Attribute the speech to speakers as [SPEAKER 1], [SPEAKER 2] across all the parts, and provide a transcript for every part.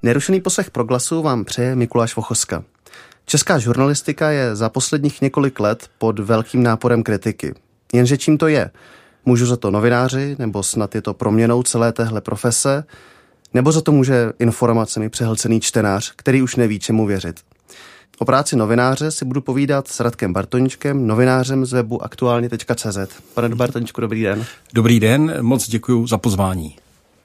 [SPEAKER 1] Nerušený poslech Proglasu vám přeje Mikuláš Vochoska. Česká žurnalistika je za posledních několik let pod velkým náporem kritiky. Jenže čím to je? Můžu za to novináři, nebo snad je to proměnou celé téhle profese, nebo za to může informacemi přehlcený čtenář, který už neví, čemu věřit. O práci novináře si budu povídat s Radkem Bartoníčkem, novinářem z webu aktuálně.cz. Pane Bartoníčku, dobrý den.
[SPEAKER 2] Dobrý den, moc děkuji za pozvání.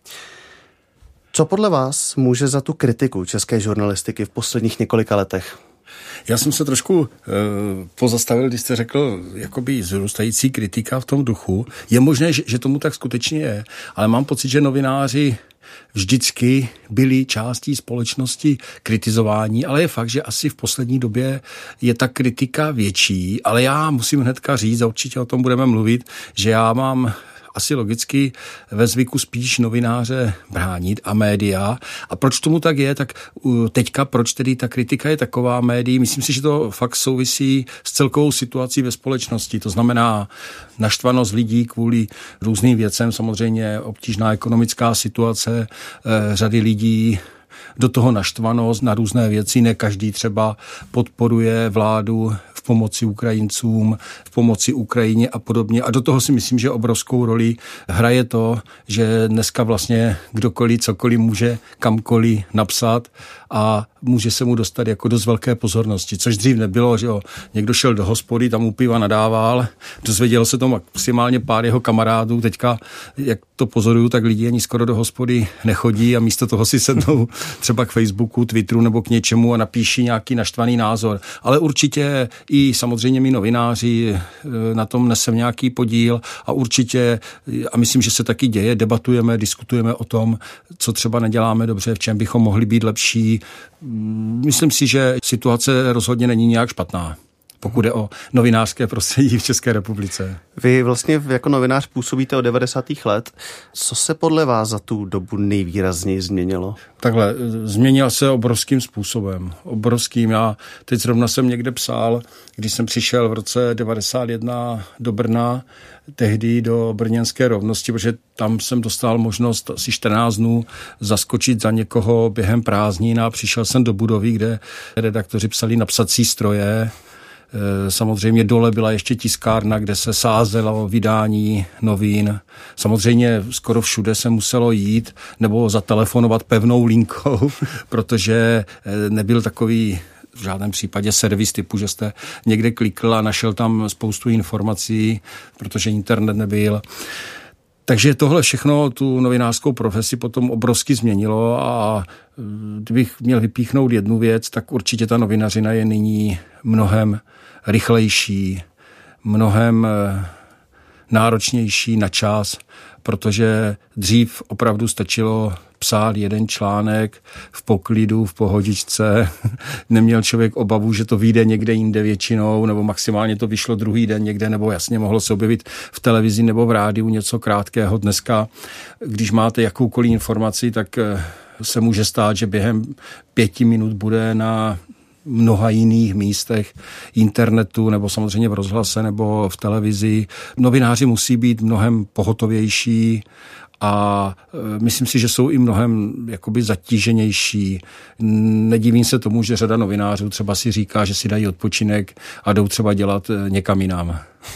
[SPEAKER 1] Co podle vás může za tu kritiku české žurnalistiky v posledních několika letech?
[SPEAKER 2] Já jsem se trošku pozastavil, když jste řekl jakoby zrůstající kritika v tom duchu. Je možné, že tomu tak skutečně je, ale mám pocit, že novináři vždycky byli částí společnosti kritizování, ale je fakt, že asi v poslední době je ta kritika větší, ale já musím hnedka říct, a určitě o tom budeme mluvit, že já mám asi logicky ve zvyku spíš novináře bránit a média. A proč tomu tak je, tak teďka, proč tedy ta kritika je taková médií, myslím si, že to fakt souvisí s celkovou situací ve společnosti. To znamená naštvanost lidí kvůli různým věcem, samozřejmě obtížná ekonomická situace řady lidí, do toho naštvanost na různé věci. Ne každý třeba podporuje vládu v pomoci Ukrajincům, v pomoci Ukrajině a podobně. A do toho si myslím, že obrovskou roli hraje to, že dneska vlastně kdokoliv, cokoliv může kamkoliv napsat a může se mu dostat jako dost velké pozornosti, což dřív nebylo, že jo. Někdo šel do hospody, tam u piva nadával, dozvěděl se to maximálně pár jeho kamarádů, teďka, jak to pozoruju, tak lidi ani skoro do hospody nechodí a místo toho si sednou třeba k Facebooku, Twitteru nebo k něčemu a napíší nějaký naštvaný názor. Ale určitě i samozřejmě my novináři na tom nesem nějaký podíl a určitě, a myslím, že se taky děje, debatujeme, diskutujeme o tom, co třeba neděláme dobře, v čem bychom mohli být lepší. Myslím si, že situace rozhodně není nějak špatná, pokud jde o novinářské prostředí v České republice.
[SPEAKER 1] Vy vlastně jako novinář působíte od 90. let. Co se podle vás za tu dobu nejvýrazněji změnilo?
[SPEAKER 2] Takhle, změnil se obrovským způsobem. Obrovským. Já teď zrovna jsem někde psal, když jsem přišel v roce 91 do Brna, tehdy do brněnské rovnosti, protože tam jsem dostal možnost asi 14 dnů zaskočit za někoho během prázdnin a přišel jsem do budovy, kde redaktoři psali na psací stroje. Samozřejmě dole byla ještě tiskárna, kde se sázelo vydání novin. Samozřejmě skoro všude se muselo jít nebo zatelefonovat pevnou linkou, protože nebyl takový v žádném případě servis typu, že jste někde klikl a našel tam spoustu informací, protože internet nebyl. Takže tohle všechno tu novinářskou profesi potom obrovsky změnilo a kdybych měl vypíchnout jednu věc, tak určitě ta novinařina je nyní mnohem rychlejší, mnohem náročnější na čas, protože dřív opravdu stačilo psát jeden článek v poklidu, v pohodičce. Neměl člověk obavu, že to vyjde někde jinde většinou, nebo maximálně to vyšlo druhý den někde, nebo jasně mohlo se objevit v televizi nebo v rádiu něco krátkého. Dneska, když máte jakoukoliv informaci, tak se může stát, že během 5 minut bude na mnoha jiných místech internetu nebo samozřejmě v rozhlase nebo v televizi. Novináři musí být mnohem pohotovější a myslím si, že jsou i mnohem jakoby zatíženější. Nedivím se tomu, že řada novinářů třeba si říká, že si dají odpočinek a jdou třeba dělat někam jinam.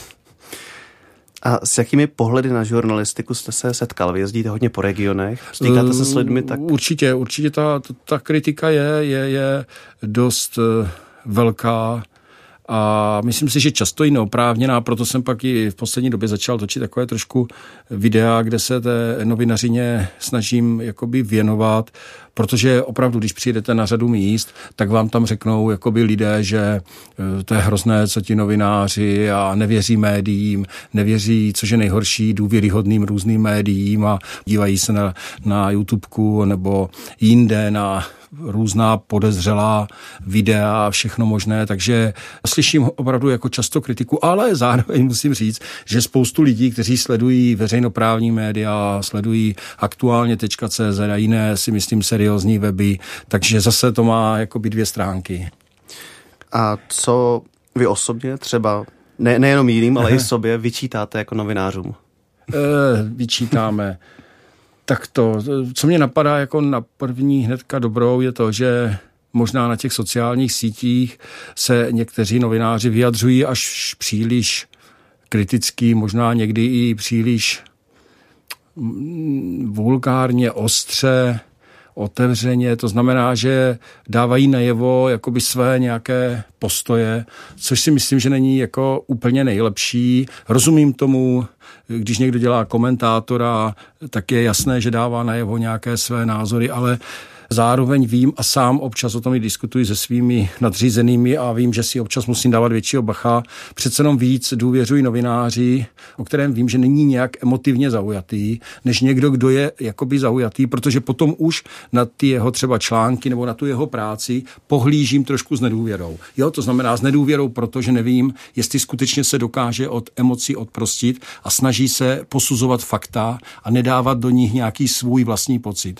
[SPEAKER 1] A s jakými pohledy na žurnalistiku jste se setkal? Vy jezdíte hodně po regionech, stýkáte se s lidmi? Tak... Určitě
[SPEAKER 2] ta kritika je dost velká a myslím si, že často i neoprávněná, proto jsem pak i v poslední době začal točit takové trošku videa, kde se té novinařině snažím jakoby věnovat, protože opravdu, když přijedete na řadu míst, tak vám tam řeknou jakoby lidé, že to je hrozné, co ti novináři a nevěří médiím, nevěří, což je nejhorší, důvěryhodným různým médiím a dívají se na YouTubeku nebo jinde na různá podezřelá videa a všechno možné, takže slyším opravdu jako často kritiku, ale zároveň musím říct, že spoustu lidí, kteří sledují veřejnoprávní média, sledují aktuálně.cz a jiné, si myslím, seriózní weby, takže zase to má jakoby 2 stránky.
[SPEAKER 1] A co vy osobně třeba, nejenom jiným, ale i sobě vyčítáte jako novinářům?
[SPEAKER 2] Vyčítáme. Tak to, co mě napadá jako na první hnedka dobrou, je to, že možná na těch sociálních sítích se někteří novináři vyjadřují až příliš kriticky, možná někdy i příliš vulgárně, ostře, otevřeně, to znamená, že dávají najevo jakoby své nějaké postoje, což si myslím, že není jako úplně nejlepší. Rozumím tomu, když někdo dělá komentátora, tak je jasné, že dává najevo nějaké své názory, ale zároveň vím a sám občas o tom i diskutuji se svými nadřízenými a vím, že si občas musím dávat většího bacha. Přece jenom víc důvěřuji novináři, o kterém vím, že není nějak emotivně zaujatý, než někdo, kdo je jakoby zaujatý, protože potom už na ty jeho třeba články nebo na tu jeho práci pohlížím trošku s nedůvěrou. Jo, to znamená s nedůvěrou, protože nevím, jestli skutečně se dokáže od emocí odprostit a snaží se posuzovat fakta a nedávat do nich nějaký svůj vlastní pocit.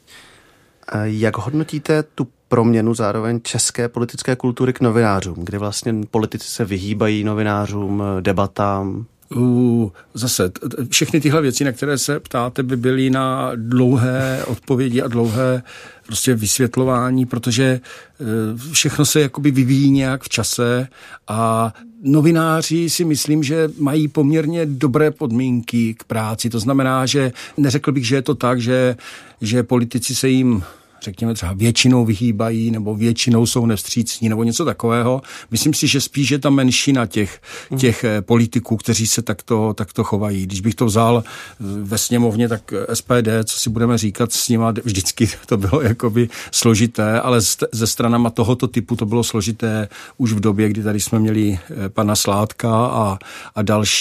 [SPEAKER 1] Jak hodnotíte tu proměnu zároveň české politické kultury k novinářům, kdy vlastně politici se vyhýbají novinářům, debatám?
[SPEAKER 2] Zase, všechny tyhle věci, na které se ptáte, by byly na dlouhé odpovědi a dlouhé prostě vysvětlování, protože všechno se jakoby vyvíjí nějak v čase a novináři si myslím, že mají poměrně dobré podmínky k práci. To znamená, že neřekl bych, že je to tak, že politici se jim řekněme třeba většinou vyhýbají nebo většinou jsou nevstřícní nebo něco takového. Myslím si, že spíš je ta menšina těch politiků, kteří se takto chovají. Když bych to vzal ve sněmovně, tak SPD, co si budeme říkat s nima, vždycky to bylo jakoby složité, ale se stranama tohoto typu to bylo složité už v době, kdy tady jsme měli pana Sládka a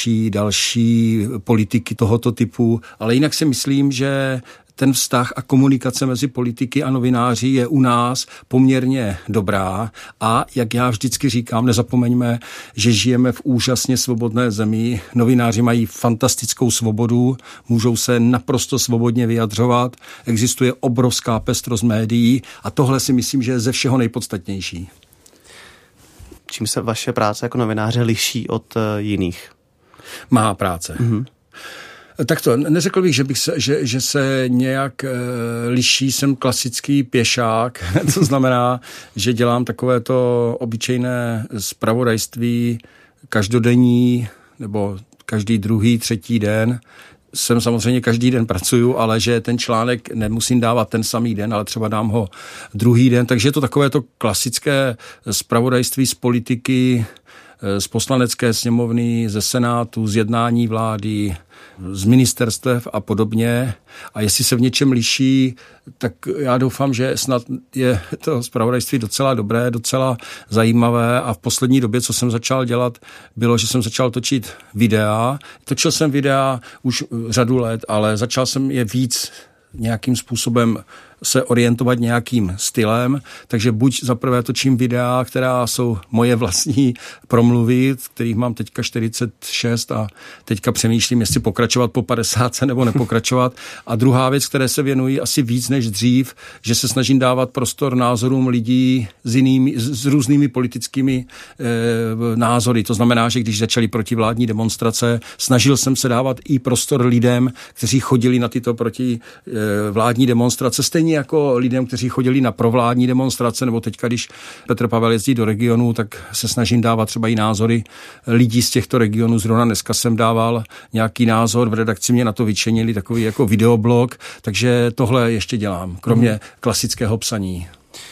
[SPEAKER 2] další politiky tohoto typu. Ale jinak si myslím, že ten vztah a komunikace mezi politiky a novináři je u nás poměrně dobrá a, jak já vždycky říkám, nezapomeňme, že žijeme v úžasně svobodné zemi. Novináři mají fantastickou svobodu, můžou se naprosto svobodně vyjadřovat, existuje obrovská pestrost médií a tohle si myslím, že je ze všeho nejpodstatnější.
[SPEAKER 1] Čím se vaše práce jako novináře liší od jiných?
[SPEAKER 2] Má práce. Mm-hmm. Tak to, neřekl bych, že se nějak liší, jsem klasický pěšák, to znamená, že dělám takovéto obyčejné zpravodajství každodenní nebo každý druhý, třetí den. Jsem samozřejmě každý den pracuju, ale že ten článek nemusím dávat ten samý den, ale třeba dám ho druhý den, takže je to takovéto klasické zpravodajství z politiky, z poslanecké sněmovny, ze senátu, z jednání vlády, z ministerstev a podobně. A jestli se v něčem liší, tak já doufám, že snad je to zpravodajství docela dobré, docela zajímavé a v poslední době, co jsem začal dělat, bylo, že jsem začal točit videa. Točil jsem videa už řadu let, ale začal jsem je víc nějakým způsobem se orientovat nějakým stylem, takže buď zaprvé točím videa, která jsou moje vlastní promluvy, kterých mám teďka 46 a teďka přemýšlím, jestli pokračovat po 50 nebo nepokračovat. A druhá věc, které se věnují asi víc než dřív, že se snažím dávat prostor názorům lidí s různými politickými názory. To znamená, že když začaly protivládní demonstrace, snažil jsem se dávat i prostor lidem, kteří chodili na tyto protivládní demonstrace, stejně jako lidem, kteří chodili na provládní demonstrace, nebo teďka, když Petr Pavel jezdí do regionu, tak se snažím dávat třeba i názory lidí z těchto regionů. Zrovna dneska jsem dával nějaký názor, v redakci mě na to vyčenili takový jako videoblog, takže tohle ještě dělám, kromě klasického psaní.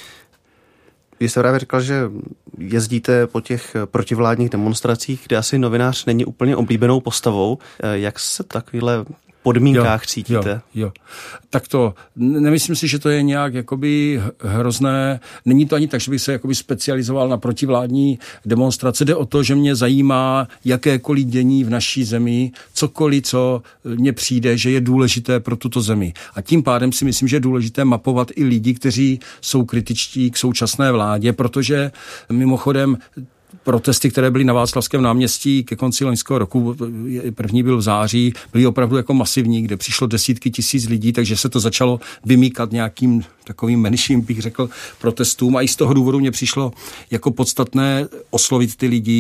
[SPEAKER 1] Vy jste právě říkal, že jezdíte po těch protivládních demonstracích, kde asi novinář není úplně oblíbenou postavou. Jak se takovýhle podmínkách cítíte?
[SPEAKER 2] Jo. Tak to, nemyslím si, že to je nějak jakoby hrozné. Není to ani tak, že bych se jakoby specializoval na protivládní demonstrace. Jde o to, že mě zajímá jakékoliv dění v naší zemi, cokoliv, co mně přijde, že je důležité pro tuto zemi. A tím pádem si myslím, že je důležité mapovat i lidi, kteří jsou kritičtí k současné vládě, protože mimochodem protesty, které byly na Václavském náměstí ke konci loňského roku, první byl v září, byly opravdu jako masivní, kde přišlo desítky tisíc lidí, takže se to začalo vymýkat nějakým takovým menším, bych řekl, protestům a i z toho důvodu mě přišlo jako podstatné oslovit ty lidi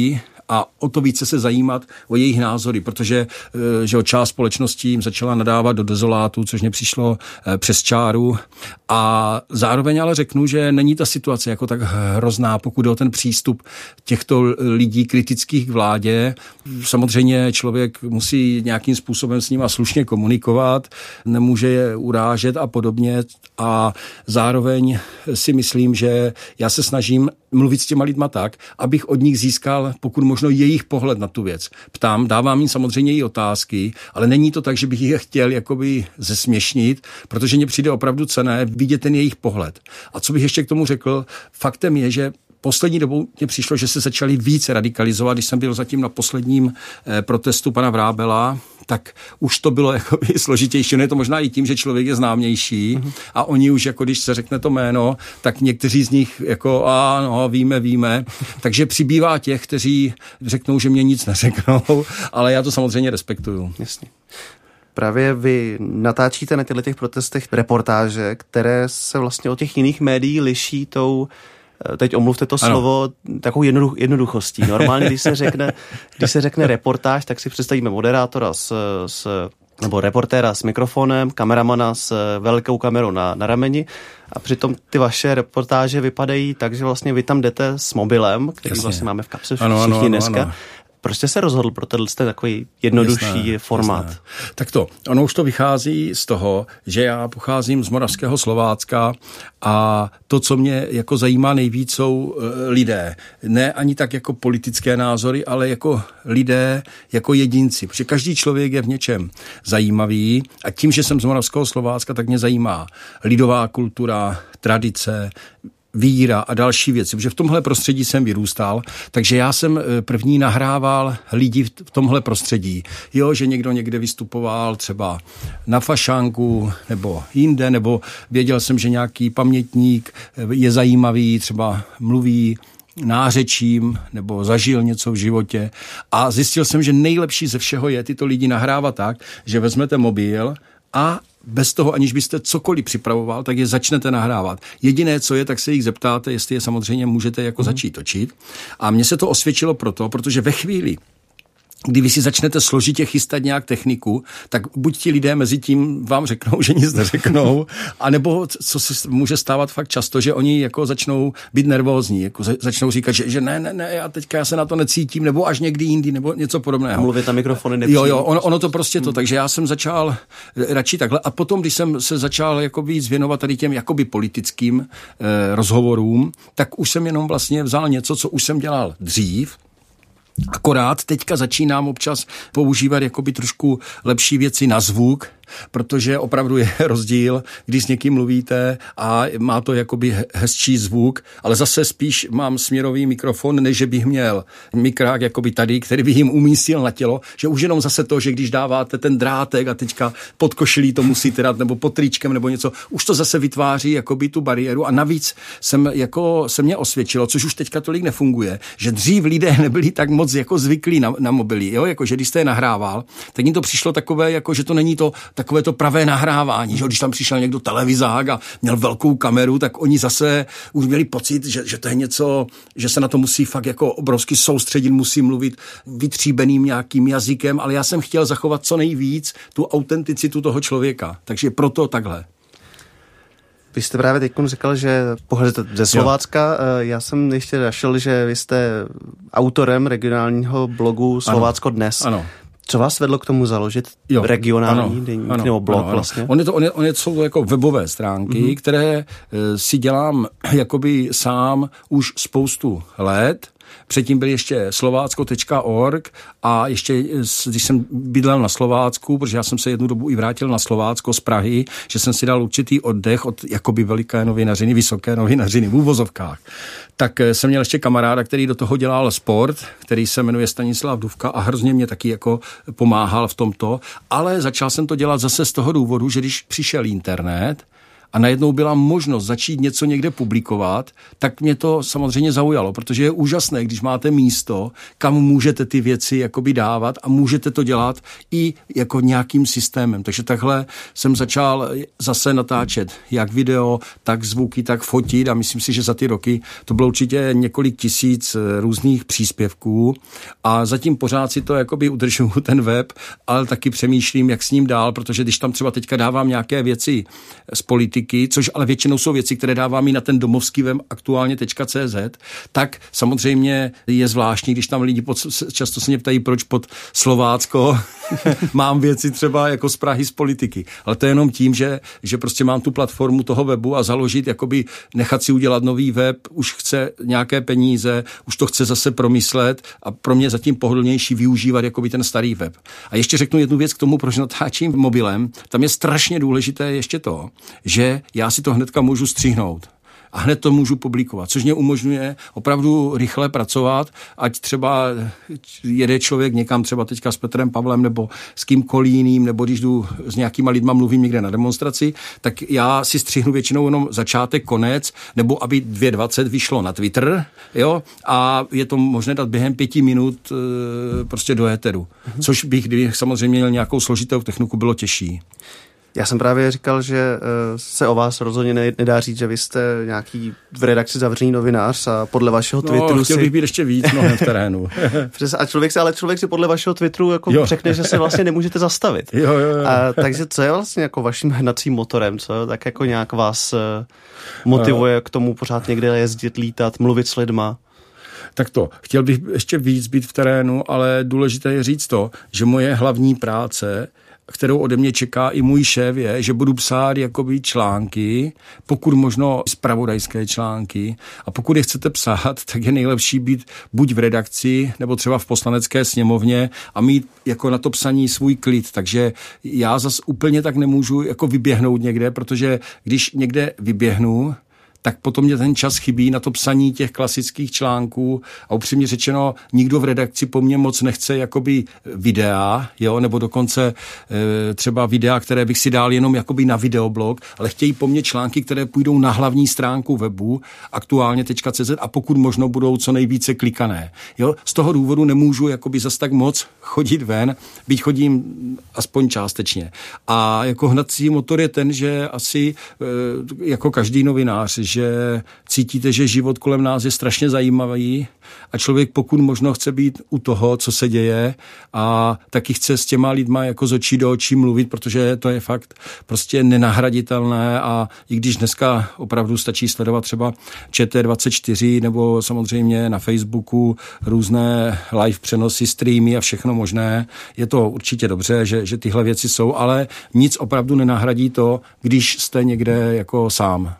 [SPEAKER 2] a o to více se zajímat o jejich názory, protože že část společnosti jim začala nadávat do dezolátu, což mě přišlo přes čáru. A zároveň ale řeknu, že není ta situace jako tak hrozná, pokud je o ten přístup těchto lidí kritických k vládě. Samozřejmě člověk musí nějakým způsobem s nima slušně komunikovat, nemůže je urážet a podobně. A zároveň si myslím, že já se snažím mluvit s těma lidma tak, abych od nich získal pokud možno jejich pohled na tu věc. Ptám, dávám jim samozřejmě i otázky, ale není to tak, že bych je chtěl jakoby zesměšnit, protože mně přijde opravdu cenné vidět ten jejich pohled. A co bych ještě k tomu řekl, faktem je, že poslední dobou mně přišlo, že se začali více radikalizovat. Když jsem byl zatím na posledním protestu pana Vrábela, tak už to bylo jakoby složitější. No je to možná i tím, že člověk je známější a oni už, jako když se řekne to jméno, tak někteří z nich jako ano, víme. Takže přibývá těch, kteří řeknou, že mě nic neřeknou, ale já to samozřejmě respektuju.
[SPEAKER 1] Jasně. Právě vy natáčíte na těch protestech reportáže, které se vlastně od těch jiných médií liší tou, teď omluvte to slovo, takovou jednoduchostí. Normálně, když se řekne reportáž, tak si představíme moderátora nebo reportéra s mikrofonem, kameramana s velkou kamerou na rameni a přitom ty vaše reportáže vypadají tak, že vlastně vy tam jdete s mobilem, který vlastně máme v kapse všichni dneska. Ano. Proč jste se rozhodl pro tenhle takový jednodušší formát?
[SPEAKER 2] Jasné. Tak ono už to vychází z toho, že já pocházím z Moravského Slovácka a to, co mě jako zajímá nejvíc, jsou lidé. Ne ani tak jako politické názory, ale jako lidé, jako jedinci. Protože každý člověk je v něčem zajímavý a tím, že jsem z Moravského Slovácka, tak mě zajímá lidová kultura, tradice, víra a další věci, protože v tomhle prostředí jsem vyrůstal, takže já jsem první nahrával lidi v tomhle prostředí. Jo, že někdo někde vystupoval třeba na Fašánku nebo jinde, nebo věděl jsem, že nějaký pamětník je zajímavý, třeba mluví nářečím nebo zažil něco v životě a zjistil jsem, že nejlepší ze všeho je tyto lidi nahrávat tak, že vezmete mobil a bez toho, aniž byste cokoliv připravoval, tak je začnete nahrávat. Jediné, co je, tak se jich zeptáte, jestli je samozřejmě můžete jako začít točit. A mně se to osvědčilo protože ve chvíli, kdy vy si začnete složitě chystat nějak techniku, tak buď ti lidé mezi tím vám řeknou, že nic neřeknou, anebo co se může stávat fakt často, že oni jako začnou být nervózní, jako začnou říkat, že ne, a teďka já se na to necítím, nebo až někdy jindy, nebo něco podobného.
[SPEAKER 1] Mluvit na mikrofony nepřijde.
[SPEAKER 2] Jo, ono to prostě to, takže já jsem začal radši takhle a potom, když jsem se začal jako víc věnovat tady těm jakoby politickým rozhovorům, tak už jsem jenom vlastně vzal něco, co už jsem dělal dřív. Akorát teďka začínám občas používat jakoby trošku lepší věci na zvuk, protože opravdu je rozdíl, když s někým mluvíte a má to jakoby hezčí zvuk, ale zase spíš mám směrový mikrofon, než že bych měl mikrák jakoby tady, který bych jim umístil na tělo, že už jenom zase to, že když dáváte ten drátek a teďka pod košilí to musíte dát, nebo pod tričkem nebo něco, už to zase vytváří jakoby tu bariéru a navíc se mě osvědčilo, což už teďka tolik nefunguje, že dřív lidé nebyli tak moc jako zvyklí na mobily, jo, jako že když jste je nahrával, tak jim to přišlo takové, jako že to není to takové to pravé nahrávání, že když tam přišel někdo televizák a měl velkou kameru, tak oni zase už měli pocit, že to je něco, že se na to musí fakt jako obrovsky soustředit, musí mluvit vytříbeným nějakým jazykem, ale já jsem chtěl zachovat co nejvíc tu autenticitu toho člověka, takže proto takhle.
[SPEAKER 1] Vy jste právě teď říkal, že pocházíte ze Slovácka. Já jsem ještě našel, že vy jste autorem regionálního blogu Slovácko dnes.
[SPEAKER 2] Ano.
[SPEAKER 1] Co vás vedlo k tomu založit regionální deník nebo blog vlastně?
[SPEAKER 2] Oni jsou jako webové stránky, které si dělám jakoby sám už spoustu let. Předtím byl ještě slovácko.org a ještě, když jsem bydlel na Slovácku, protože já jsem se jednu dobu i vrátil na Slovácko z Prahy, že jsem si dal určitý oddech od jakoby veliké novinařiny, vysoké novinařiny v úvozovkách. Tak jsem měl ještě kamaráda, který do toho dělal sport, který se jmenuje Stanislav Duvka a hrozně mě taky jako pomáhal v tomto, ale začal jsem to dělat zase z toho důvodu, že když přišel internet a najednou byla možnost začít něco někde publikovat, tak mě to samozřejmě zaujalo, protože je úžasné, když máte místo, kam můžete ty věci jakoby dávat a můžete to dělat i jako nějakým systémem. Takže takhle jsem začal zase natáčet jak video, tak zvuky, tak fotit a myslím si, že za ty roky to bylo určitě několik tisíc různých příspěvků a zatím pořád si to jakoby udržuju ten web, ale taky přemýšlím, jak s ním dál, protože když tam třeba teďka dávám nějaké věci z politiky, což ale většinou jsou věci, které dávám i na ten domovský web aktuálně.cz, tak samozřejmě je zvláštní, když tam lidi často se mě ptají, proč pod Slovácko mám věci třeba jako z Prahy z politiky. Ale to je jenom tím, že prostě mám tu platformu toho webu a založit, jakoby nechat si udělat nový web, už chce nějaké peníze, už to chce zase promyslet a pro mě zatím pohodlnější využívat jakoby ten starý web. A ještě řeknu jednu věc k tomu, proč natáčím mobilem. Tam je strašně důležité ještě to, že já si to hnedka můžu střihnout. A hned to můžu publikovat, což mě umožňuje opravdu rychle pracovat, ať třeba jede člověk někam třeba teďka s Petrem Pavlem nebo s kýmkoliv jiným, nebo když jdu s nějakýma lidma mluvím někde na demonstraci, tak já si střihnu většinou jenom začátek, konec, nebo aby 2:20 vyšlo na Twitter, jo, a je to možné dát během 5 minut prostě do éteru, což bych, kdybych samozřejmě měl nějakou složitou techniku, bylo těžší.
[SPEAKER 1] Já jsem právě říkal, že se o vás rozhodně nedá říct, že vy jste nějaký v redakci zavřený novinář a podle vašeho Twitteru
[SPEAKER 2] chtěl bych být ještě víc v terénu.
[SPEAKER 1] A člověk si podle vašeho Twitteru jako řekne, že se vlastně nemůžete zastavit.
[SPEAKER 2] Jo.
[SPEAKER 1] Takže co je vlastně jako vaším hnacím motorem? Co tak jako nějak vás motivuje k tomu pořád někde jezdit, lítat, mluvit s lidma?
[SPEAKER 2] Tak to, chtěl bych ještě víc být v terénu, ale důležité je říct to, že moje hlavní práce, kterou ode mě čeká i můj šéf, je, že budu psát jakoby články, pokud možno zpravodajské články, a pokud je chcete psát, tak je nejlepší být buď v redakci, nebo třeba v poslanecké sněmovně a mít jako na to psaní svůj klid, takže já zas úplně tak nemůžu jako vyběhnout někde, protože když někde vyběhnu, tak potom mě ten čas chybí na to psaní těch klasických článků a upřímně řečeno, nikdo v redakci po mně moc nechce jakoby videa, jo, nebo dokonce třeba videa, které bych si dal jenom jakoby na videoblog, ale chtějí po mně články, které půjdou na hlavní stránku webu aktuálně.cz a pokud možno budou co nejvíce klikané. Jo, z toho důvodu nemůžu jakoby zas tak moc chodit ven, byť chodím aspoň částečně. A jako hnací motor je ten, že asi jako každý novinář, že cítíte, že život kolem nás je strašně zajímavý a člověk pokud možno chce být u toho, co se děje a taky chce s těma lidma jako z očí do očí mluvit, protože to je fakt prostě nenahraditelné a i když dneska opravdu stačí sledovat třeba ČT24 nebo samozřejmě na Facebooku různé live přenosy, streamy a všechno možné, je to určitě dobře, že tyhle věci jsou, ale nic opravdu nenahradí to, když jste někde jako sám.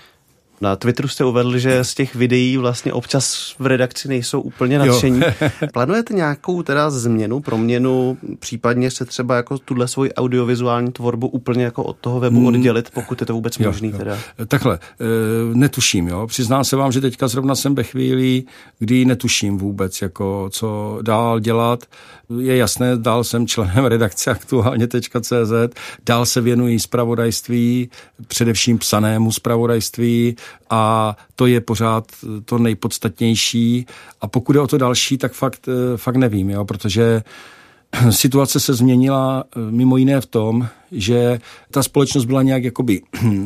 [SPEAKER 1] Na Twitteru jste uvedl, že z těch videí vlastně občas v redakci nejsou úplně nadšení. Plánujete nějakou teda změnu, proměnu, případně se třeba jako tuhle svoji audiovizuální tvorbu úplně jako od toho webu oddělit, pokud je to vůbec možný teda?
[SPEAKER 2] Takhle, netuším, jo. Přiznám se vám, že teďka zrovna jsem ve chvíli, kdy netuším vůbec, jako co dál dělat. Je jasné, dál jsem členem redakce aktuálně.cz, dál se věnují zpravodajství, především psanému zpravodajství a to je pořád to nejpodstatnější a pokud je o to další, tak fakt nevím, jo, protože situace se změnila mimo jiné v tom, že ta společnost byla nějak jakoby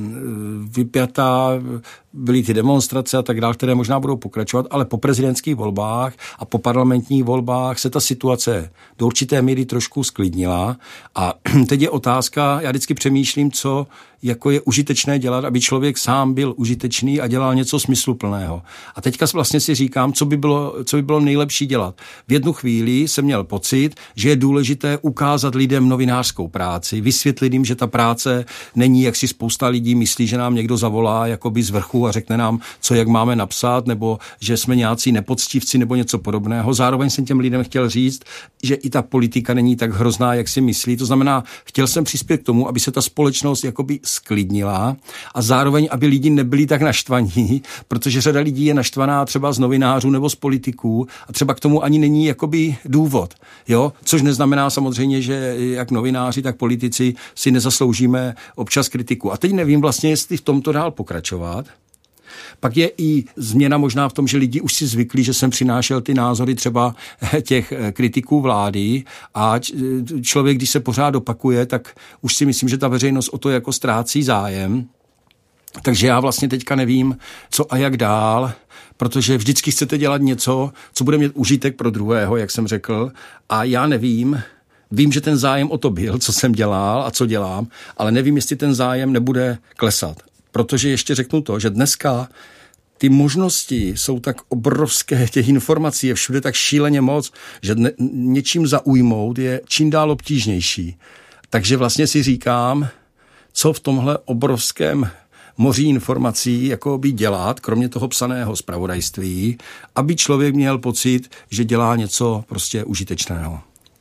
[SPEAKER 2] vypjatá, byly ty demonstrace a tak dále, které možná budou pokračovat, ale po prezidentských volbách a po parlamentních volbách se ta situace do určité míry trošku sklidnila a teď je otázka, já vždycky přemýšlím, co jako je užitečné dělat, aby člověk sám byl užitečný a dělal něco smysluplného. A teďka vlastně si říkám, co by bylo nejlepší dělat. V jednu chvíli jsem měl pocit, že je důležité ukázat lidem novinářskou práci, vysvětlit jim, že ta práce není, jak si spousta lidí myslí, že nám někdo zavolá jakoby z vrchu a řekne nám, co jak máme napsat, nebo že jsme nějací nepoctivci nebo něco podobného. Zároveň jsem těm lidem chtěl říct, že i ta politika není tak hrozná, jak si myslí. To znamená, chtěl jsem přispět k tomu, aby se ta společnost jakoby sklidnila a zároveň, aby lidi nebyli tak naštvaní, protože řada lidí je naštvaná třeba z novinářů nebo z politiků a třeba k tomu ani není jakoby důvod. Jo? Což neznamená samozřejmě, že jak novináři, tak politici si nezasloužíme občas kritiku. A teď nevím vlastně, jestli v tomto dál pokračovat. Pak je i změna možná v tom, že lidi už si zvykli, že jsem přinášel ty názory třeba těch kritiků vlády a člověk, když se pořád opakuje, tak už si myslím, že ta veřejnost o to jako ztrácí zájem. Takže já vlastně teďka nevím, co a jak dál, protože vždycky chcete dělat něco, co bude mít užitek pro druhého, jak jsem řekl, a já nevím. Vím, že ten zájem o to byl, co jsem dělal a co dělám, ale nevím, jestli ten zájem nebude klesat. Protože ještě řeknu to, že dneska ty možnosti jsou tak obrovské, těch informací je všude tak šíleně moc, že něčím zaujmout je čím dál obtížnější. Takže vlastně si říkám, co v tomhle obrovském moří informací jako by dělat, kromě toho psaného zpravodajství, aby člověk měl pocit, že dělá něco prostě užitečného.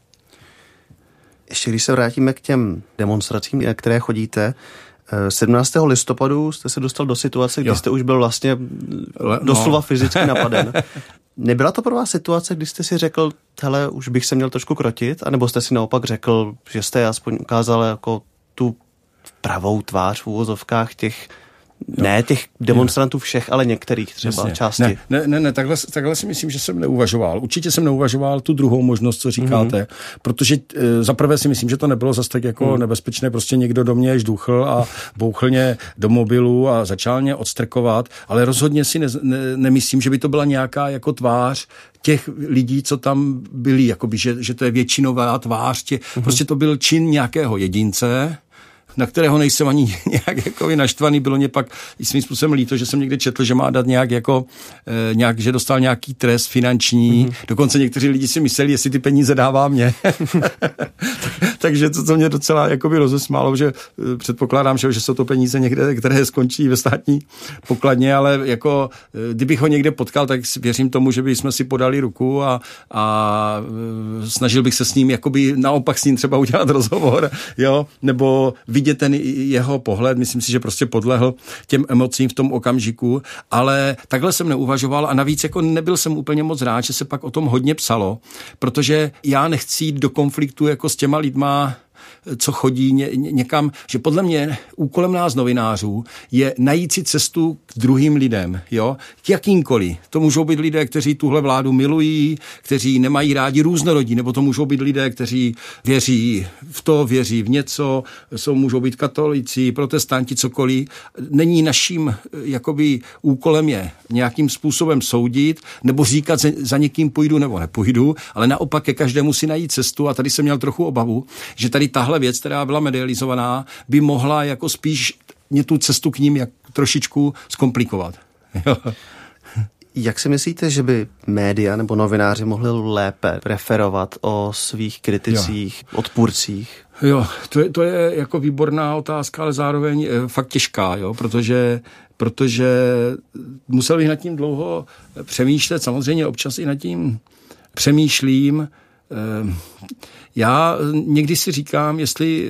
[SPEAKER 1] Ještě když se vrátíme k těm demonstracím, na které chodíte, 17. listopadu jste se dostal do situace, kdy jste už byl vlastně doslova fyzicky napaden. Nebyla to pro vás situace, kdy jste si řekl, hele, už bych se měl trošku krotit, anebo jste si naopak řekl, že jste aspoň ukázal jako tu pravou tvář v uvozovkách těch těch demonstrantů všech, ale některých třeba části.
[SPEAKER 2] Ne, takhle si myslím, že jsem neuvažoval. Určitě jsem neuvažoval tu druhou možnost, co říkáte, protože zaprvé si myslím, že to nebylo zas tak jako nebezpečné, prostě někdo do mě žduchl a bouchl mě do mobilu a začal mě odstrkovat, ale rozhodně si nemyslím, že by to byla nějaká jako tvář těch lidí, co tam byli, jakoby, že to je většinová tvář, prostě to byl čin nějakého jedince, na kterého nejsem ani nějak jako naštvaný, bylo mě pak svým způsobem líto, že jsem někde četl, že má dát že dostal nějaký trest finanční, dokonce někteří lidi si mysleli, jestli ty peníze dává mě. Takže to mě docela jakoby rozesmálo, že předpokládám, že jsou to peníze někde, které skončí ve státní pokladně, ale jako kdybych ho někde potkal, tak věřím tomu, že bychom si podali ruku a snažil bych se s ním jakoby naopak s ním třeba udělat rozhovor, jo, nebo vidět ten jeho pohled, myslím si, že prostě podlehl těm emocím v tom okamžiku, ale takhle jsem neuvažoval a navíc jako nebyl jsem úplně moc rád, že se pak o tom hodně psalo, protože já nechci jít do konfliktu jako s těma lidma, co chodí někam, že podle mě úkolem nás novinářů je najít si cestu k druhým lidem, jo, k jakýmkoliv. To můžou být lidé, kteří tuhle vládu milují, kteří nemají rádi různorodí, nebo to můžou být lidé, kteří věří v něco, můžou být katolíci, protestanti, cokoliv. Není naším jakoby úkolem je nějakým způsobem soudit, nebo říkat, za někým půjdu nebo nepůjdu, ale naopak ke každému si najít cestu a tady jsem měl trochu obavu, že tady tahle věc, která byla medializovaná, by mohla jako spíš mě tu cestu k ním jak trošičku zkomplikovat. Jo.
[SPEAKER 1] Jak si myslíte, že by média nebo novináři mohli lépe referovat o svých kriticích, odpůrcích?
[SPEAKER 2] Jo, to je jako výborná otázka, ale zároveň fakt těžká, jo, protože musel bych nad tím dlouho přemýšlet, samozřejmě občas i nad tím přemýšlím. Já někdy si říkám, jestli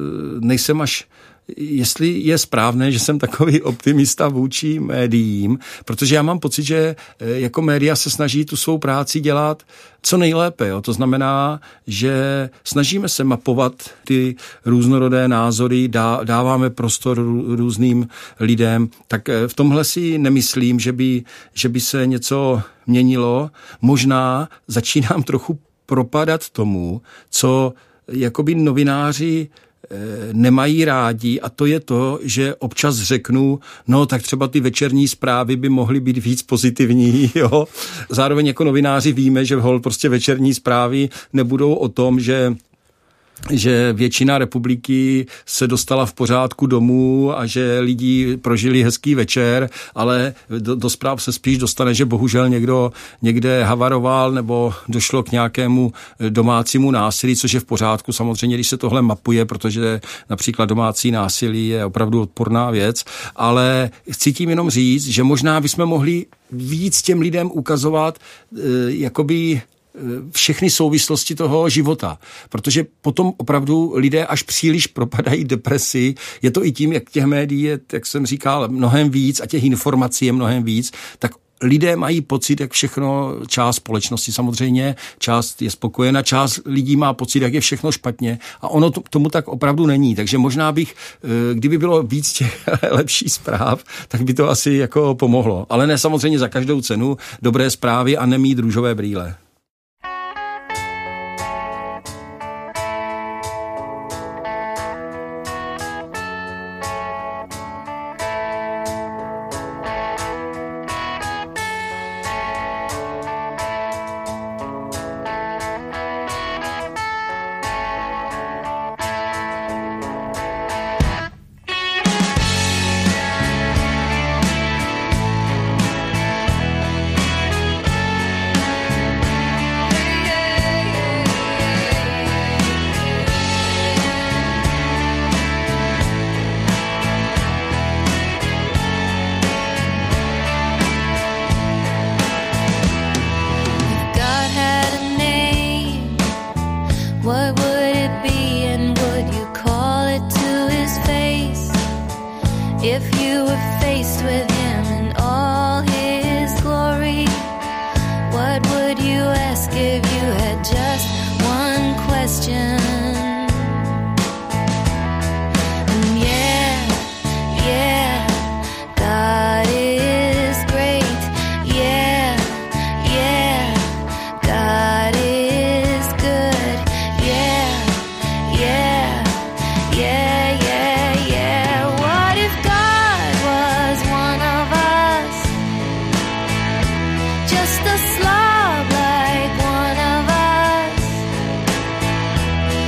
[SPEAKER 2] je správné, že jsem takový optimista vůči médiím, protože já mám pocit, že jako média se snaží tu svou práci dělat co nejlépe. Jo? To znamená, že snažíme se mapovat ty různorodé názory, dáváme prostor různým lidem, tak v tomhle si nemyslím, že by se něco měnilo. Možná začínám trochu propadat tomu, co jakoby novináři nemají rádi, a to je to, že občas řeknu, no tak třeba ty večerní zprávy by mohly být víc pozitivní, jo. Zároveň jako novináři víme, že prostě večerní zprávy nebudou o tom, že většina republiky se dostala v pořádku domů a že lidi prožili hezký večer, ale do zpráv se spíš dostane, že bohužel někdo někde havaroval nebo došlo k nějakému domácímu násilí, což je v pořádku samozřejmě, když se tohle mapuje, protože například domácí násilí je opravdu odporná věc, ale chci tím jenom říct, že možná bychom mohli víc těm lidem ukazovat jakoby všechny souvislosti toho života, protože potom opravdu lidé až příliš propadají depresi, je to i tím, jak těch médií je, jak jsem říkal, mnohem víc a těch informací je mnohem víc, tak lidé mají pocit, jak všechno, část společnosti samozřejmě, část je spokojena, část lidí má pocit, jak je všechno špatně a ono tomu tak opravdu není. Takže možná bych, kdyby bylo víc těch lepších zpráv, tak by to asi jako pomohlo. Ale ne samozřejmě za každou cenu, dobré zprávy a nemít růžové brýle.
[SPEAKER 3] What would it be and would you call it to his face if you were faced with him in all his glory? What would you ask if you had just one question? And yeah, God is great. Yeah, God is good. Yeah. What if God was one of us? Just a slob like one of us?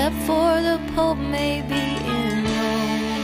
[SPEAKER 3] except for the Pope maybe in Rome.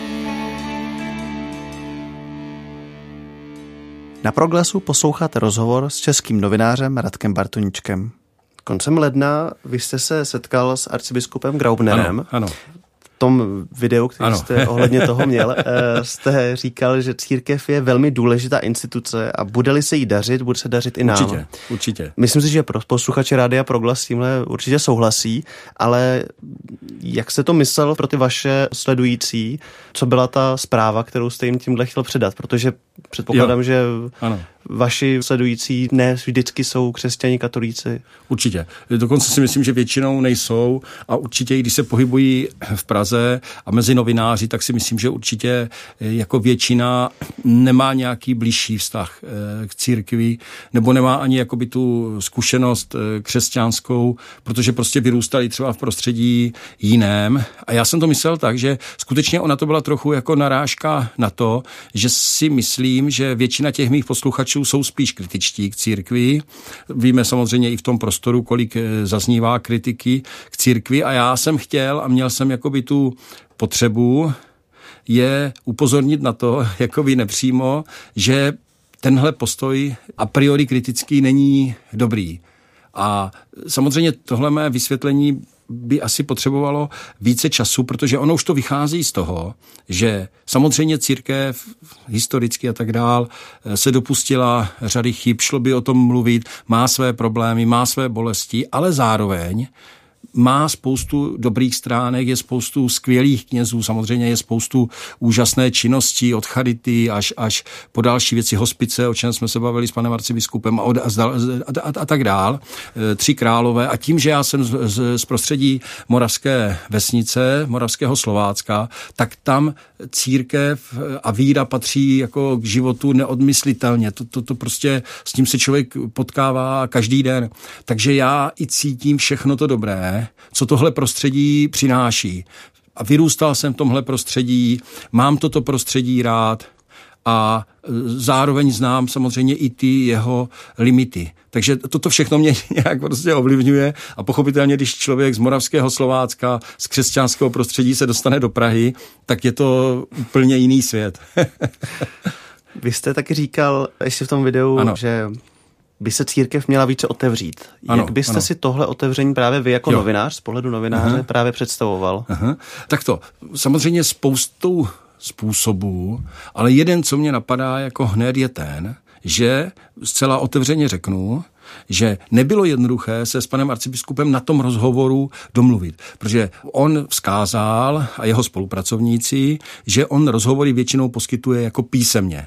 [SPEAKER 1] Na Proglasu posloucháte rozhovor s českým novinářem Radkem Bartoníčkem. Koncem ledna vy jste se setkal s arcibiskupem Graubnerem.
[SPEAKER 2] Ano.
[SPEAKER 1] V tom videu, který jste ohledně toho měl, jste říkal, že církev je velmi důležitá instituce a bude-li se jí dařit, bude se dařit i nám.
[SPEAKER 2] Určitě.
[SPEAKER 1] Myslím si, že posluchači Rádia Proglas s tímhle určitě souhlasí, ale jak jste to myslel pro ty vaše sledující, co byla ta zpráva, kterou jste jim tímhle chtěl předat? Protože předpokládám, že vaši sledující ne vždycky jsou křesťani, katolíci.
[SPEAKER 2] Určitě. Dokonce si myslím, že většinou nejsou a určitě, když se pohybují v Praze a mezi novináři, tak si myslím, že určitě jako většina nemá nějaký blížší vztah k církvi, nebo nemá ani jakoby tu zkušenost křesťanskou, protože prostě vyrůstali třeba v prostředí jiném. A já jsem to myslel tak, že skutečně ona to byla trochu jako narážka na to, že si myslím, že většina těch mých posluchačů jsou spíš kritičtí k církvi. Víme samozřejmě i v tom prostoru, kolik zaznívá kritiky k církvi a já jsem chtěl a měl jsem jakoby tu potřebu je upozornit na to, jakoby nepřímo, že tenhle postoj a priori kritický není dobrý. A samozřejmě tohle mé vysvětlení by asi potřebovalo více času, protože ono už to vychází z toho, že samozřejmě církev historicky a tak dál se dopustila řady chyb, šlo by o tom mluvit, má své problémy, má své bolesti, ale zároveň má spoustu dobrých stránek, je spoustu skvělých knězů, samozřejmě je spoustu úžasné činnosti od charity až po další věci, hospice, o čem jsme se bavili s panem arcibiskupem a tak dál, 3 Králové. A tím, že já jsem z prostředí moravské vesnice, moravského Slovácka, tak tam církev a víra patří jako k životu neodmyslitelně. To prostě s tím se člověk potkává každý den. Takže já i cítím všechno to dobré, co tohle prostředí přináší. A vyrůstal jsem v tomhle prostředí, mám toto prostředí rád a zároveň znám samozřejmě i ty jeho limity. Takže toto všechno mě nějak prostě ovlivňuje a pochopitelně, když člověk z moravského Slovácka, z křesťanského prostředí se dostane do Prahy, tak je to úplně jiný svět.
[SPEAKER 1] Vy jste taky říkal ještě v tom videu, že by se církev měla více otevřít. Jak byste si tohle otevření právě vy jako novinář, z pohledu novináře, právě představoval?
[SPEAKER 2] Tak to, samozřejmě spoustou způsobů, ale jeden, co mě napadá jako hned, je ten, že zcela otevřeně řeknu, že nebylo jednoduché se s panem arcibiskupem na tom rozhovoru domluvit, protože on vzkázal a jeho spolupracovníci, že on rozhovory většinou poskytuje jako písemně.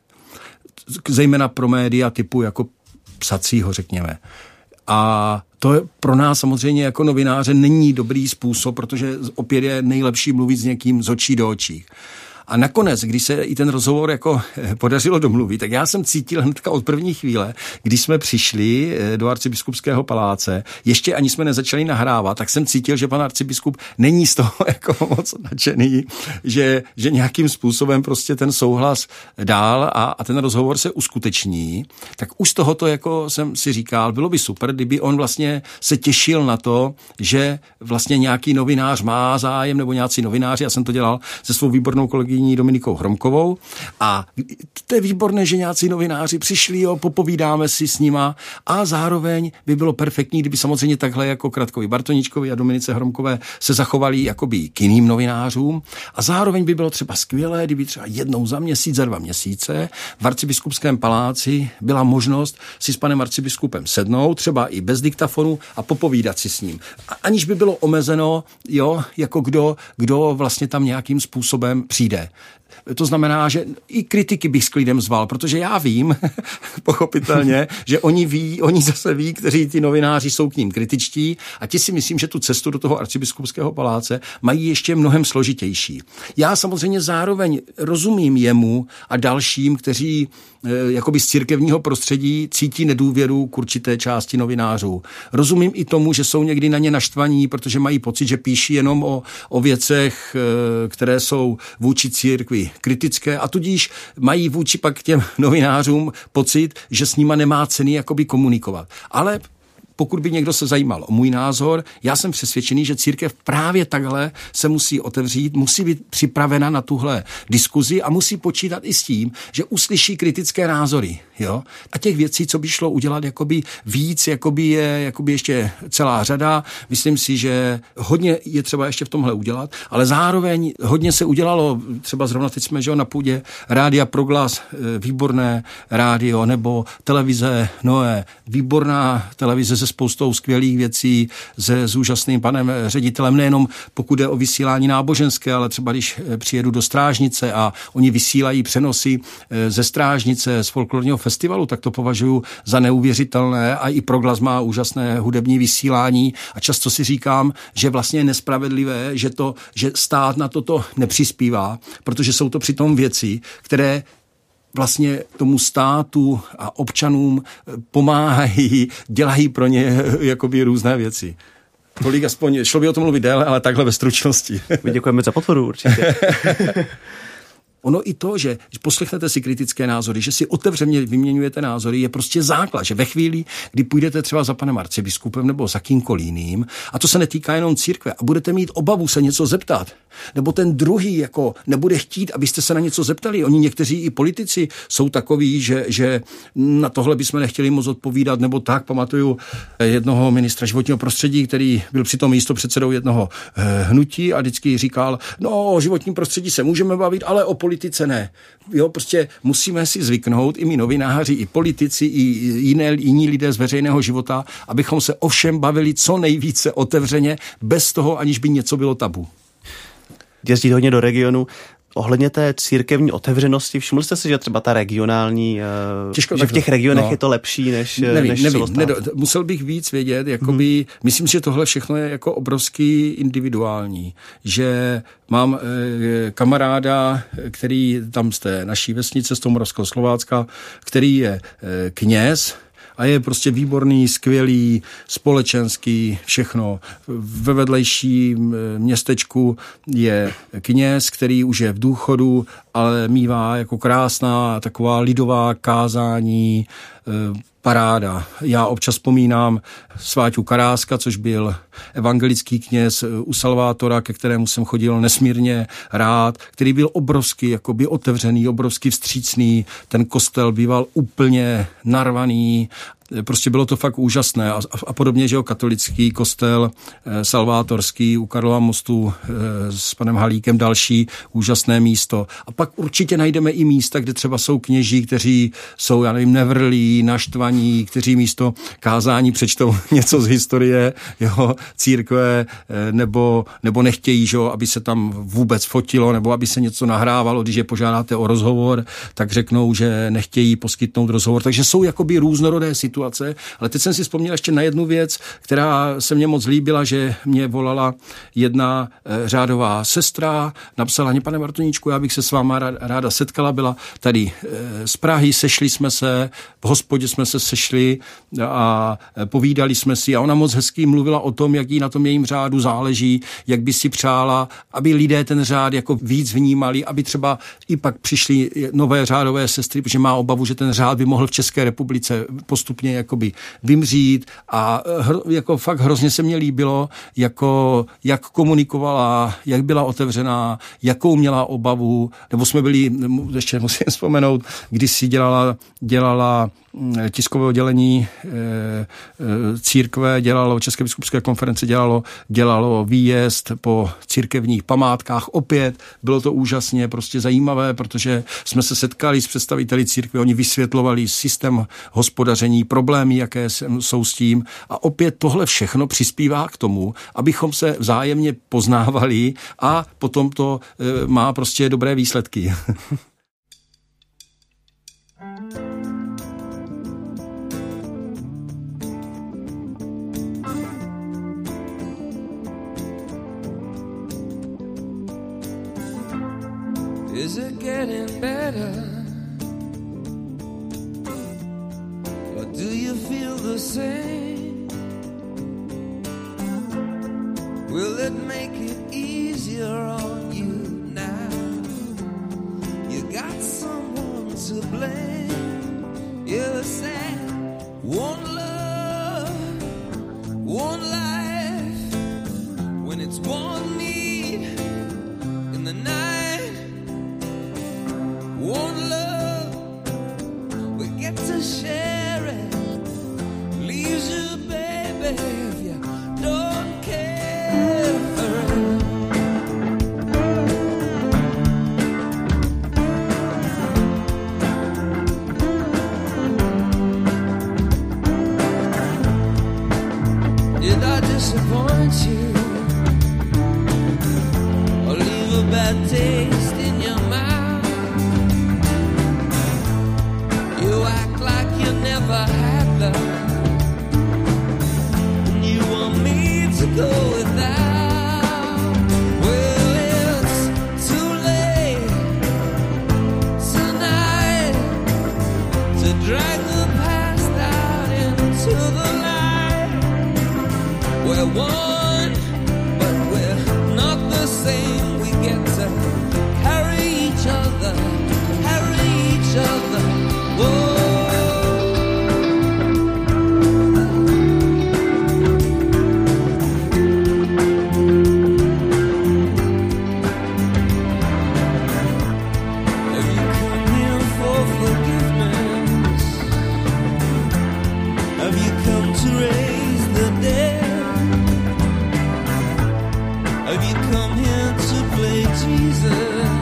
[SPEAKER 2] Zejména pro média typu jako psacího, řekněme. A to je pro nás samozřejmě jako novináře není dobrý způsob, protože opět je nejlepší mluvit s někým z očí do očí. A nakonec, když se i ten rozhovor jako podařilo domluvit, tak já jsem cítil hnedka od první chvíle, když jsme přišli do arcibiskupského paláce, ještě ani jsme nezačali nahrávat, tak jsem cítil, že pan arcibiskup není z toho jako moc nadšený, že nějakým způsobem prostě ten souhlas dál a ten rozhovor se uskuteční. Tak už z tohoto jako jsem si říkal, bylo by super, kdyby on vlastně se těšil na to, že vlastně nějaký novinář má zájem nebo nějací novináři, já jsem to dělal se svou výbornou kolegyní Dominikou Hromkovou a to je výborné, že nějací novináři přišli, popovídáme si s nima a zároveň by bylo perfektní, kdyby samozřejmě takhle jako Radkovi Bartoníčkovi a Dominice Hromkové se zachovali jakoby k jiným novinářům a zároveň by bylo třeba skvělé, kdyby třeba jednou za měsíc, za 2 měsíce v arcibiskupském paláci byla možnost si s panem arcibiskupem sednout, třeba i bez diktafonu a popovídat si s ním. Aniž by bylo omezeno, jako kdo vlastně tam nějakým způsobem přijde. To znamená, že i kritiky bych s klidem zval, protože já vím, pochopitelně, že oni zase ví, kteří ty novináři jsou k ním kritičtí a ti si myslím, že tu cestu do toho arcibiskupského paláce mají ještě mnohem složitější. Já samozřejmě zároveň rozumím jemu a dalším, kteří jakoby z církevního prostředí cítí nedůvěru k určité části novinářů. Rozumím i tomu, že jsou někdy na ně naštvaní, protože mají pocit, že píší jenom o věcech, které jsou vůči církvi kritické a tudíž mají vůči pak těm novinářům pocit, že s nima nemá ceny jakoby komunikovat. Ale pokud by někdo se zajímal o můj názor, já jsem přesvědčený, že církev právě takhle se musí otevřít, musí být připravena na tuhle diskuzi a musí počítat i s tím, že uslyší kritické názory. Jo? A těch věcí, co by šlo udělat jakoby víc, jakoby je jakoby ještě celá řada. Myslím si, že hodně je třeba ještě v tomhle udělat, ale zároveň hodně se udělalo, třeba zrovna teď jsme, že na půdě Rádia Proglas, výborné rádio, nebo televize Noé, výborná televize se spoustou skvělých věcí, s úžasným panem ředitelem, nejenom pokud jde o vysílání náboženské, ale třeba když přijedu do Strážnice a oni vysílají přenosy ze Strážnice, z folklorního festivalu, tak to považuji za neuvěřitelné a i Proglas má úžasné hudební vysílání a často si říkám, že vlastně je nespravedlivé, že stát na toto nepřispívá, protože jsou to přitom věci, které vlastně tomu státu a občanům pomáhají, dělají pro ně jakoby různé věci. Tolik aspoň, šlo by o tom mluvit déle, ale takhle ve stručnosti.
[SPEAKER 1] My děkujeme za podporu určitě.
[SPEAKER 2] Ono i to, že poslechnete si kritické názory, že si otevřeně vyměňujete názory, je prostě základ, že ve chvíli, kdy půjdete třeba za panem arcibiskupem nebo za kýmkoliv jiným, a to se netýká jenom církve, a budete mít obavu se něco zeptat, nebo ten druhý jako nebude chtít, abyste se na něco zeptali. Oni někteří i politici jsou takoví, že na tohle bychom nechtěli moc odpovídat, nebo tak. Pamatuju jednoho ministra životního prostředí, který byl přitom místopředsedou jednoho hnutí a vždycky říkal, no o životním prostředí se můžeme bavit, ale o politice ne. Jo, prostě musíme si zvyknout, i my novináři, i politici, i jiní lidé z veřejného života, abychom se o všem bavili co nejvíce otevřeně, bez toho, aniž by něco bylo tabu.
[SPEAKER 1] Jezdit hodně do regionu. Ohledně té církevní otevřenosti, všimli jste si, že třeba ta regionální, že v těch regionech je to lepší než celostát?
[SPEAKER 2] Musel bych víc vědět, jakoby, myslím si, že tohle všechno je jako obrovský individuální, že mám kamaráda, který tam z té naší vesnice, z toho Moravského Slovácka, který je kněz, a je prostě výborný, skvělý, společenský, všechno. Ve vedlejším městečku je kněz, který už je v důchodu, ale mívá jako krásná taková lidová kázání, paráda. Já občas vzpomínám Sváťu Karáska, což byl evangelický kněz u Salvátora, ke kterému jsem chodil nesmírně rád, který byl obrovsky jakoby otevřený, obrovsky vstřícný. Ten kostel býval úplně narvaný. Prostě bylo to fakt úžasné. A podobně, že jo, katolický kostel salvátorský u Karlova mostu s panem Halíkem, další úžasné místo. A pak určitě najdeme i místa, kde třeba jsou kněží, kteří jsou, já nevím, nevrlí, naštvaní, kteří místo kázání přečtou něco z historie, jo, církve, nebo nechtějí, že jo, aby se tam vůbec fotilo, nebo aby se něco nahrávalo. Když je požádáte o rozhovor, tak řeknou, že nechtějí poskytnout rozhovor. Takže jsou jakoby různorodé situace. Ale teď jsem si vzpomněl ještě na jednu věc, která se mně moc líbila, že mě volala jedna řádová sestra, napsala mě, pane Bartoníčku, já bych se s váma ráda setkala, byla tady z Prahy, sešli jsme se, v hospodě jsme se sešli a povídali jsme si a ona moc hezky mluvila o tom, jak jí na tom jejím řádu záleží, jak by si přála, aby lidé ten řád jako víc vnímali, aby třeba i pak přišly nové řádové sestry, protože má obavu, že ten řád by mohl v České republice postupně jakoby vymřít a jako fakt hrozně se mně líbilo, jako jak komunikovala, jak byla otevřená, jakou měla obavu, nebo jsme byli, ještě musím vzpomenout, když si dělala tiskové oddělení církve, dělalo České biskupské konference, dělalo výjezd po církevních památkách. Opět bylo to úžasně prostě zajímavé, protože jsme se setkali s představiteli církve, oni vysvětlovali systém hospodaření, problémy, jaké jsou s tím a opět tohle všechno přispívá k tomu, abychom se vzájemně poznávali a potom to má prostě dobré výsledky.
[SPEAKER 4] Is it getting better? Or do you feel the same? Will it make it easier on you now? You got someone to blame. You said one love, did I disappoint you or leave a bad taste in your mouth? You act like you never had love, and you want me to go without. Well, it's too late tonight to drag the past out into the light. We're one, but we're not the same. We get to carry each other, carry each other. Whoa. Have you come here for forgiveness? Have you come to raise the dead? Have you come here to play Jesus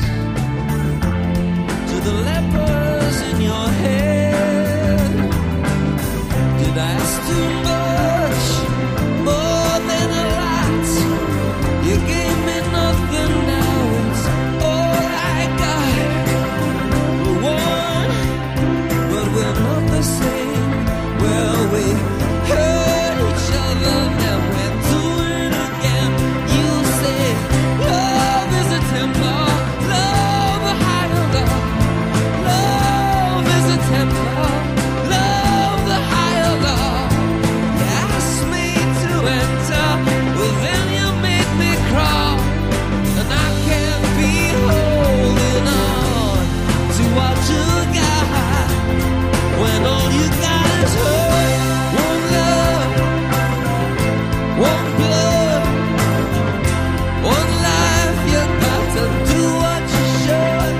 [SPEAKER 4] to the lepers in your head? Did I ask too much, more than a lot? You gave me nothing, now it's all I got. We're one, but we're not the same. Well, we hurt each other, now we're doing it again. You say love is a temper, love a higher love. Love is a temper, love the higher love. You asked me to enter, well then you made me crawl, and I can't be holding on to what you got when all you got is hurt. One love, one blood, one life. You got to do what you should.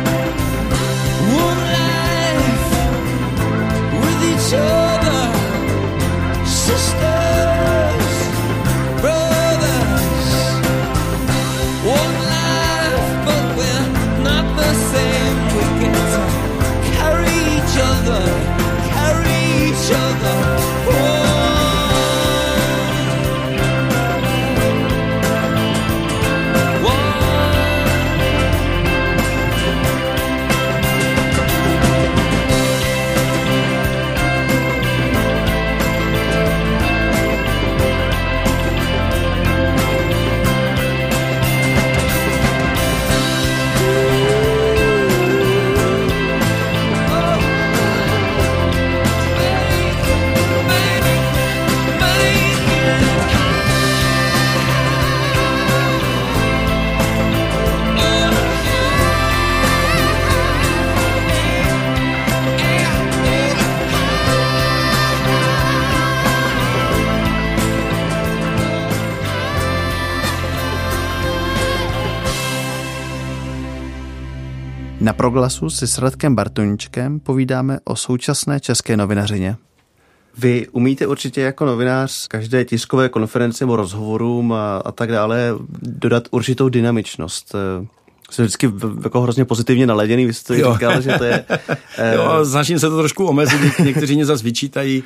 [SPEAKER 4] One life with each other, sisters, brothers. One life, but we're not the same. We get to carry each other, carry each other.
[SPEAKER 1] Na Proglasu si s Radkem Bartoníčkem povídáme o současné české novinařině. Vy umíte určitě jako novinář každé tiskové konferenci nebo rozhovorům a tak dále dodat určitou dynamičnost. Jste vždycky jako hrozně pozitivně naladěný, vy jste to říkal, že to je...
[SPEAKER 2] Jo, snažím se to trošku omezit, někteří mě zase vyčítají,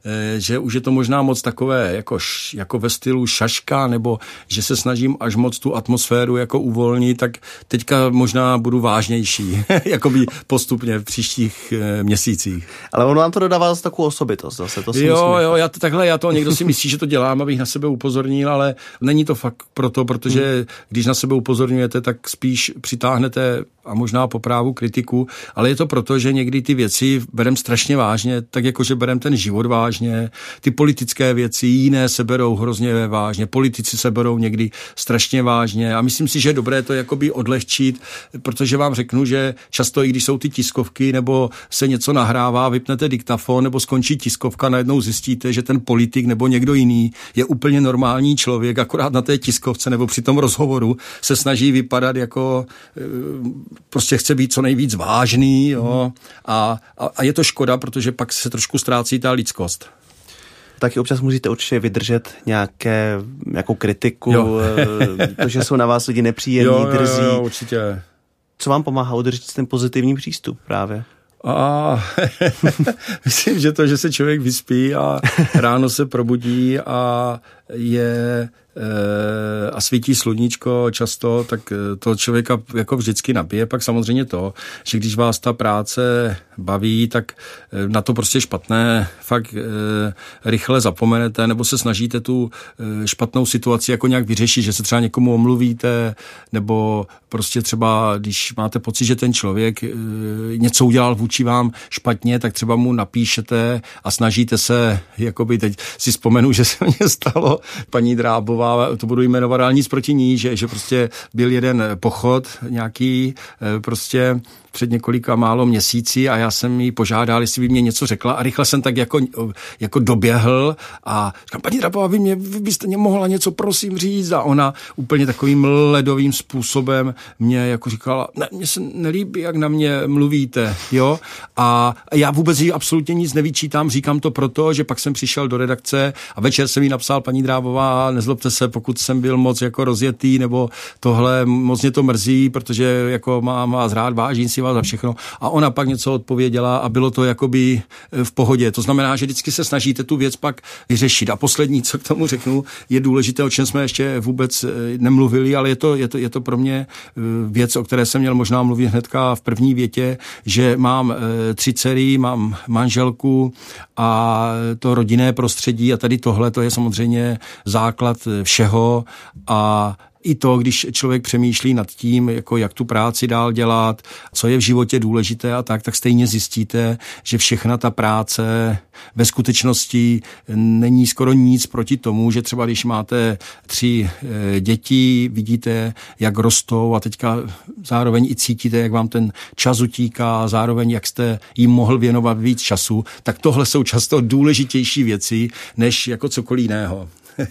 [SPEAKER 2] že už je to možná moc takové jako ve stylu šaška, nebo že se snažím až moc tu atmosféru jako uvolnit, tak teďka možná budu vážnější, jakoby postupně v příštích měsících.
[SPEAKER 1] Ale on vám to dodává zase takovou osobitost. Zase, to si
[SPEAKER 2] jo, někdo si myslí, že to dělám, abych na sebe upozornil, ale není to fakt proto, protože když na sebe upozorňujete, tak spíš přitáhnete a možná po právu kritiku, ale je to proto, že někdy ty věci berem strašně vážně, tak jako že berem ten život vážně, ty politické věci, jiné se berou hrozně vážně, politici se berou někdy strašně vážně a myslím si, že je dobré to jakoby odlehčit, protože vám řeknu, že často i když jsou ty tiskovky nebo se něco nahrává, vypnete diktafon nebo skončí tiskovka, najednou zjistíte, že ten politik nebo někdo jiný je úplně normální člověk, akorát na té tiskovce nebo při tom rozhovoru se snaží vypadat jako prostě chce být co nejvíc vážný, jo, a je to škoda, protože pak se trošku ztrácí ta lidskost.
[SPEAKER 1] Taky občas musíte určitě vydržet nějakou kritiku, to, že jsou na vás lidi nepříjemní, drzí.
[SPEAKER 2] Jo, určitě.
[SPEAKER 1] Co vám pomáhá udržet ten pozitivní přístup právě?
[SPEAKER 2] A myslím, že to, že se člověk vyspí a ráno se probudí a a svítí sluníčko často, tak to člověka jako vždycky nabije. Pak samozřejmě to, že když vás ta práce baví, tak na to prostě špatné fakt rychle zapomenete, nebo se snažíte tu špatnou situaci jako nějak vyřešit, že se třeba někomu omluvíte, nebo prostě třeba, když máte pocit, že ten člověk něco udělal vůči vám špatně, tak třeba mu napíšete a snažíte se, jakoby teď si vzpomenu, že se mně stalo paní Drábová, to budu jmenovat, ale nic proti ní, že prostě byl jeden pochod nějaký prostě před několika málo měsíci a já jsem jí požádal, jestli by mě něco řekla a rychle jsem tak jako doběhl a říkám, paní Drábová, vy byste mě mohla něco prosím říct, a ona úplně takovým ledovým způsobem mě jako říkala, ne, mně se nelíbí, jak na mě mluvíte, jo, a já vůbec jí absolutně nic nevyčítám, říkám to proto, že pak jsem přišel do redakce a večer jsem jí napsal, paní Drábová, nezlobte se, pokud jsem byl moc jako rozjetý, nebo tohle, moc mě to mrzí, protože jako mám vás rád, vážím si vás za všechno. A ona pak něco odpověděla a bylo to jakoby v pohodě. To znamená, že vždycky se snažíte tu věc pak vyřešit. A poslední, co k tomu řeknu, je důležité, o čem jsme ještě vůbec nemluvili, ale je to pro mě věc, o které jsem měl možná mluvit hnedka v první větě, že mám 3 dcery, mám manželku a to rodinné prostředí a tady tohle, to je samozřejmě základ všeho a i to, když člověk přemýšlí nad tím, jako jak tu práci dál dělat, co je v životě důležité a tak stejně zjistíte, že všechna ta práce ve skutečnosti není skoro nic proti tomu, že třeba když máte 3 děti, vidíte, jak rostou a teďka zároveň i cítíte, jak vám ten čas utíká, zároveň jak jste jim mohl věnovat víc času, tak tohle jsou často důležitější věci, než jako cokoliv jiného.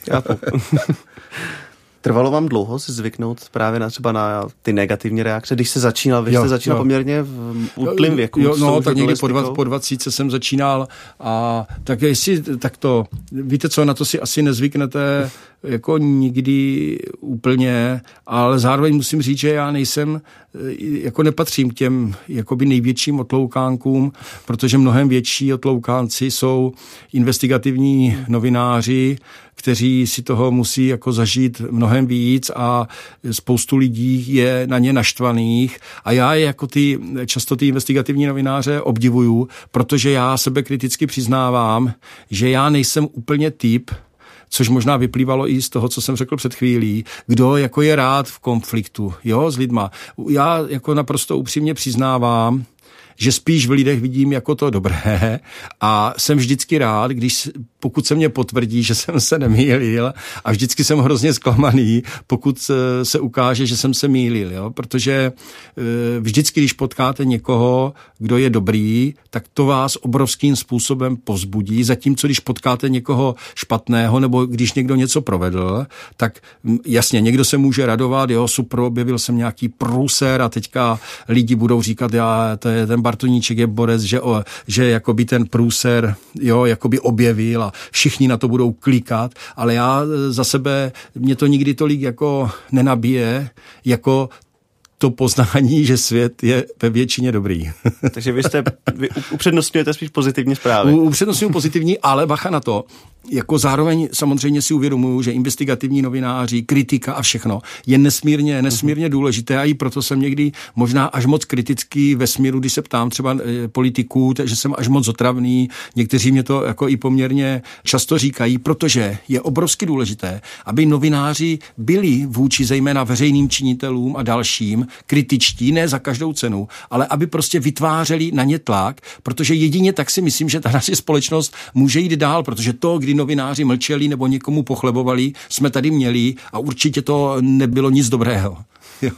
[SPEAKER 1] Trvalo vám dlouho si zvyknout právě třeba na ty negativní reakce, když se začínal, vy jste začínal poměrně v útlým věku.
[SPEAKER 2] Tak někdy po 20 jsem začínal a tak jestli takto, víte co, na to si asi nezvyknete jako nikdy úplně, ale zároveň musím říct, že já nejsem, jako nepatřím k těm jakoby největším otloukánkům, protože mnohem větší otloukánci jsou investigativní novináři, kteří si toho musí jako zažít mnohem víc a spoustu lidí je na ně naštvaných a já jako často ty investigativní novináře obdivuju, protože já sebe kriticky přiznávám, že já nejsem úplně typ, což možná vyplývalo i z toho, co jsem řekl před chvílí, kdo jako je rád v konfliktu, jo, s lidma. Já jako naprosto upřímně přiznávám, že spíš v lidech vidím jako to dobré a jsem vždycky rád, pokud se mě potvrdí, že jsem se nemýlil a vždycky jsem hrozně zklamaný, pokud se ukáže, že jsem se mýlil, jo? Protože vždycky, když potkáte někoho, kdo je dobrý, tak to vás obrovským způsobem povzbudí, zatímco když potkáte někoho špatného nebo když někdo něco provedl, tak jasně, někdo se může radovat, jo, super, objevil jsem nějaký průser a teďka lidi budou říkat, to je ten Bartoníček je borec, že jakoby ten průser, jo, jakoby objevil a všichni na to budou klikat, ale já za sebe, mě to nikdy tolik jako nenabije, jako to poznání, že svět je ve většině dobrý.
[SPEAKER 1] Takže vy upřednostňujete spíš pozitivní zprávy.
[SPEAKER 2] Upřednostňuji pozitivní, ale bacha na to. Jako zároveň samozřejmě si uvědomuju, že investigativní novináři, kritika a všechno je nesmírně důležité a i proto jsem někdy možná až moc kritický ve směru, když se ptám třeba politiků, že jsem až moc otravný. Někteří mě to jako i poměrně často říkají, protože je obrovsky důležité, aby novináři byli vůči zejména veřejným činitelům a dalším kritičtí, ne za každou cenu, ale aby prostě vytvářeli na ně tlak, protože jedině tak si myslím, že ta naše společnost může jít dál, protože to, kdy novináři mlčeli nebo někomu pochlebovali, jsme tady měli a určitě to nebylo nic dobrého. Jo.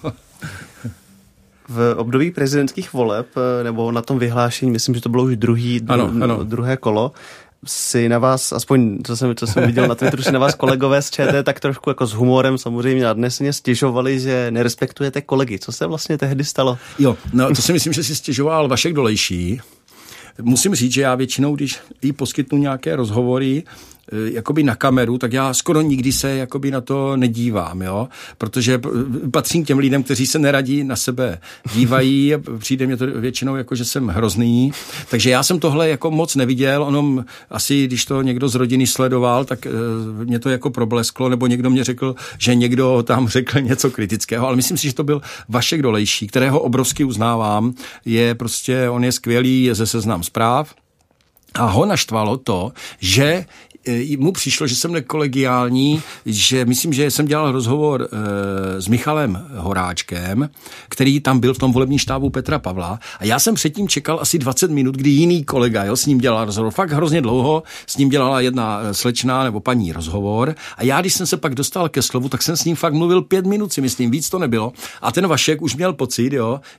[SPEAKER 1] V období prezidentských voleb, nebo na tom vyhlášení, myslím, že to bylo už druhé kolo, si na vás, aspoň co jsem viděl na Twitteru, si na vás kolegové z ČT tak trošku jako s humorem samozřejmě nadneseně stěžovali, že nerespektujete kolegy. Co se vlastně tehdy stalo?
[SPEAKER 2] Jo, to si myslím, že si stěžoval Vašek Dolejší. Musím říct, že já většinou, když jí poskytnu nějaké rozhovory, jakoby na kameru, tak já skoro nikdy se jakoby na to nedívám, jo? Protože patřím k těm lidem, kteří se neradí na sebe dívají a přijde mě to většinou jako, že jsem hrozný. Takže já jsem tohle jako moc neviděl, ono asi, když to někdo z rodiny sledoval, tak mě to jako problesklo, nebo někdo mě řekl, že někdo tam řekl něco kritického, ale myslím si, že to byl Vašek Dolejší, kterého obrovsky uznávám, on je skvělý, je ze Seznam Zpráv. A ho naštvalo to, že mu přišlo, že jsem nekolegiální, že myslím, že jsem dělal rozhovor s Michalem Horáčkem, který tam byl v tom volebním štábu Petra Pavla a já jsem předtím čekal asi 20 minut, kdy jiný kolega s ním dělal rozhovor. Fakt hrozně dlouho s ním dělala jedna slečna nebo paní rozhovor a já, když jsem se pak dostal ke slovu, tak jsem s ním fakt mluvil 5 minut, si myslím, víc to nebylo. A ten Vašek už měl pocit,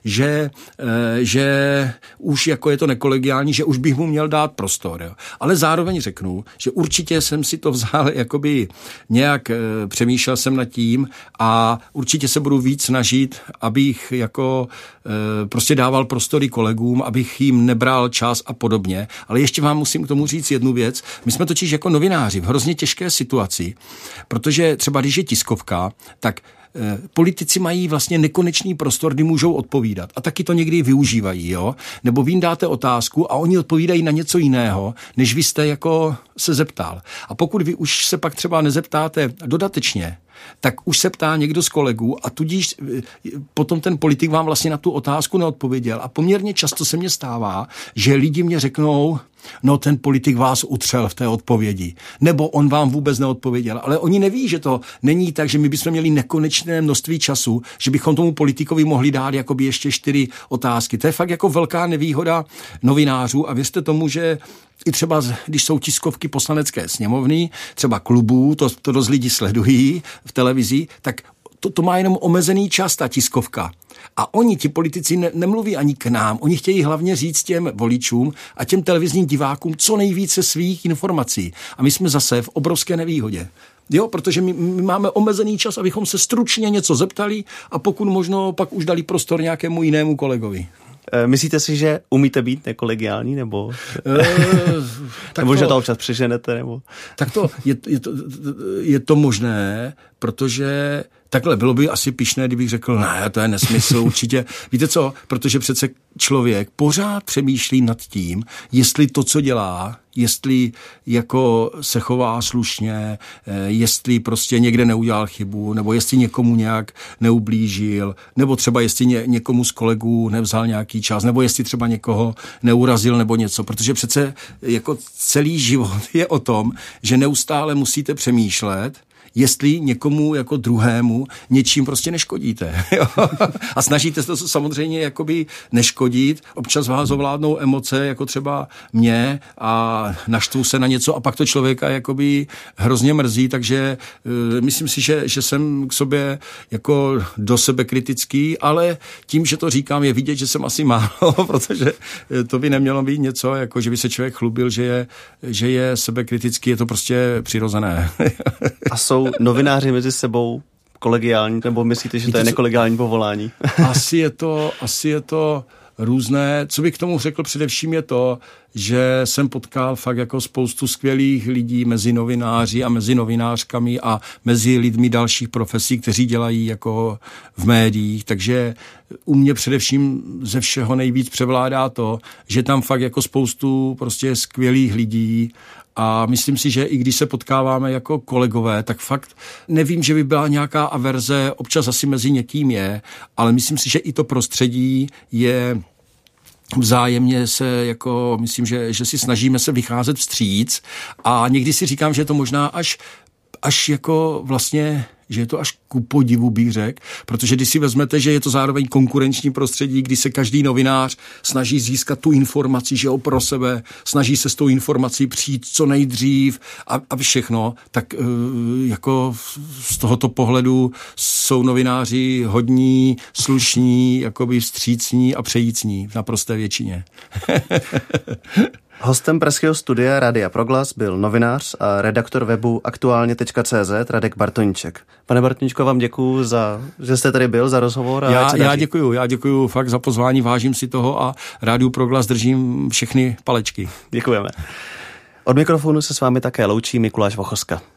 [SPEAKER 2] že už jako je to nekolegiální, že už bych mu měl dát prostor. Jo. Ale zároveň řeknu, že určitě jsem si to vzal, jakoby nějak přemýšlel jsem nad tím a určitě se budu víc snažit, abych jako prostě dával prostory kolegům, abych jim nebral čas a podobně. Ale ještě vám musím k tomu říct jednu věc. My jsme totiž jako novináři v hrozně těžké situaci, protože třeba když je tiskovka, tak politici mají vlastně nekonečný prostor, kdy můžou odpovídat. A taky to někdy využívají, jo? Nebo vy jim dáte otázku a oni odpovídají na něco jiného, než vy jste jako se zeptal. A pokud vy už se pak třeba nezeptáte dodatečně, tak už se ptá někdo z kolegů a tudíž potom ten politik vám vlastně na tu otázku neodpověděl. A poměrně často se mně stává, že lidi mě řeknou, no ten politik vás utřel v té odpovědi, nebo on vám vůbec neodpověděl. Ale oni neví, že to není tak, že my bychom měli nekonečné množství času, že bychom tomu politikovi mohli dát jakoby ještě 4 otázky. To je fakt jako velká nevýhoda novinářů a věřte tomu, že i třeba, když jsou tiskovky Poslanecké sněmovny, třeba klubů, to dost lidi sledují v televizi, tak to má jenom omezený čas, ta tiskovka. A oni, ti politici, nemluví ani k nám. Oni chtějí hlavně říct těm voličům a těm televizním divákům co nejvíce svých informací. A my jsme zase v obrovské nevýhodě. Jo, protože my máme omezený čas, abychom se stručně něco zeptali a pokud možno pak už dali prostor nějakému jinému kolegovi.
[SPEAKER 1] Myslíte si, že umíte být nekolegiální, nebo nebo že to občas přeženete, nebo?
[SPEAKER 2] Tak je to možné, protože takhle bylo by asi pyšné, kdybych řekl, ne, to je nesmysl, určitě. Víte co, protože přece člověk pořád přemýšlí nad tím, jestli to, co dělá, jestli jako se chová slušně, jestli prostě někde neudělal chybu, nebo jestli někomu nějak neublížil, nebo třeba jestli někomu z kolegů nevzal nějaký čas, nebo jestli třeba někoho neurazil nebo něco, protože přece jako celý život je o tom, že neustále musíte přemýšlet, jestli někomu jako druhému něčím prostě neškodíte. A snažíte se to samozřejmě jakoby neškodit. Občas vás ovládnou emoce, jako třeba mě a naštvu se na něco a pak to člověka jakoby hrozně mrzí, takže myslím si, že jsem k sobě jako do sebe kritický, ale tím, že to říkám, je vidět, že jsem asi málo, protože to by nemělo být něco, jako že by se člověk chlubil, že je sebekritický, je to prostě přirozené.
[SPEAKER 1] A jsou novináři mezi sebou kolegiální, nebo myslíte, že to je nekolegiální povolání?
[SPEAKER 2] Asi je to různé. Co bych k tomu řekl především je to, že jsem potkal fakt jako spoustu skvělých lidí mezi novináři a mezi novinářkami a mezi lidmi dalších profesí, kteří dělají jako v médiích, takže u mě především ze všeho nejvíc převládá to, že tam fakt jako spoustu prostě skvělých lidí a myslím si, že i když se potkáváme jako kolegové, tak fakt nevím, že by byla nějaká averze, občas asi mezi někým je, ale myslím si, že i to prostředí je vzájemně se jako, myslím, že si snažíme se vycházet vstříc a někdy si říkám, že je to možná až jako vlastně, že je to až ku podivu, bych řekl, protože když si vezmete, že je to zároveň konkurenční prostředí, kdy se každý novinář snaží získat tu informaci, že jo, pro sebe, snaží se s tou informací přijít co nejdřív a všechno, tak jako z tohoto pohledu jsou novináři hodní, slušní, jakoby vstřícní a přejícní v naprosté většině.
[SPEAKER 1] Hostem pražského studia Rádia Proglas byl novinář a redaktor webu aktuálně.cz Radek Bartoníček. Pane Bartoníčko, vám děkuju, že jste tady byl, za rozhovor.
[SPEAKER 2] Já děkuju fakt za pozvání, vážím si toho a Rádiu Proglas držím všechny palečky.
[SPEAKER 1] Děkujeme. Od mikrofonu se s vámi také loučí Mikuláš Vochoska.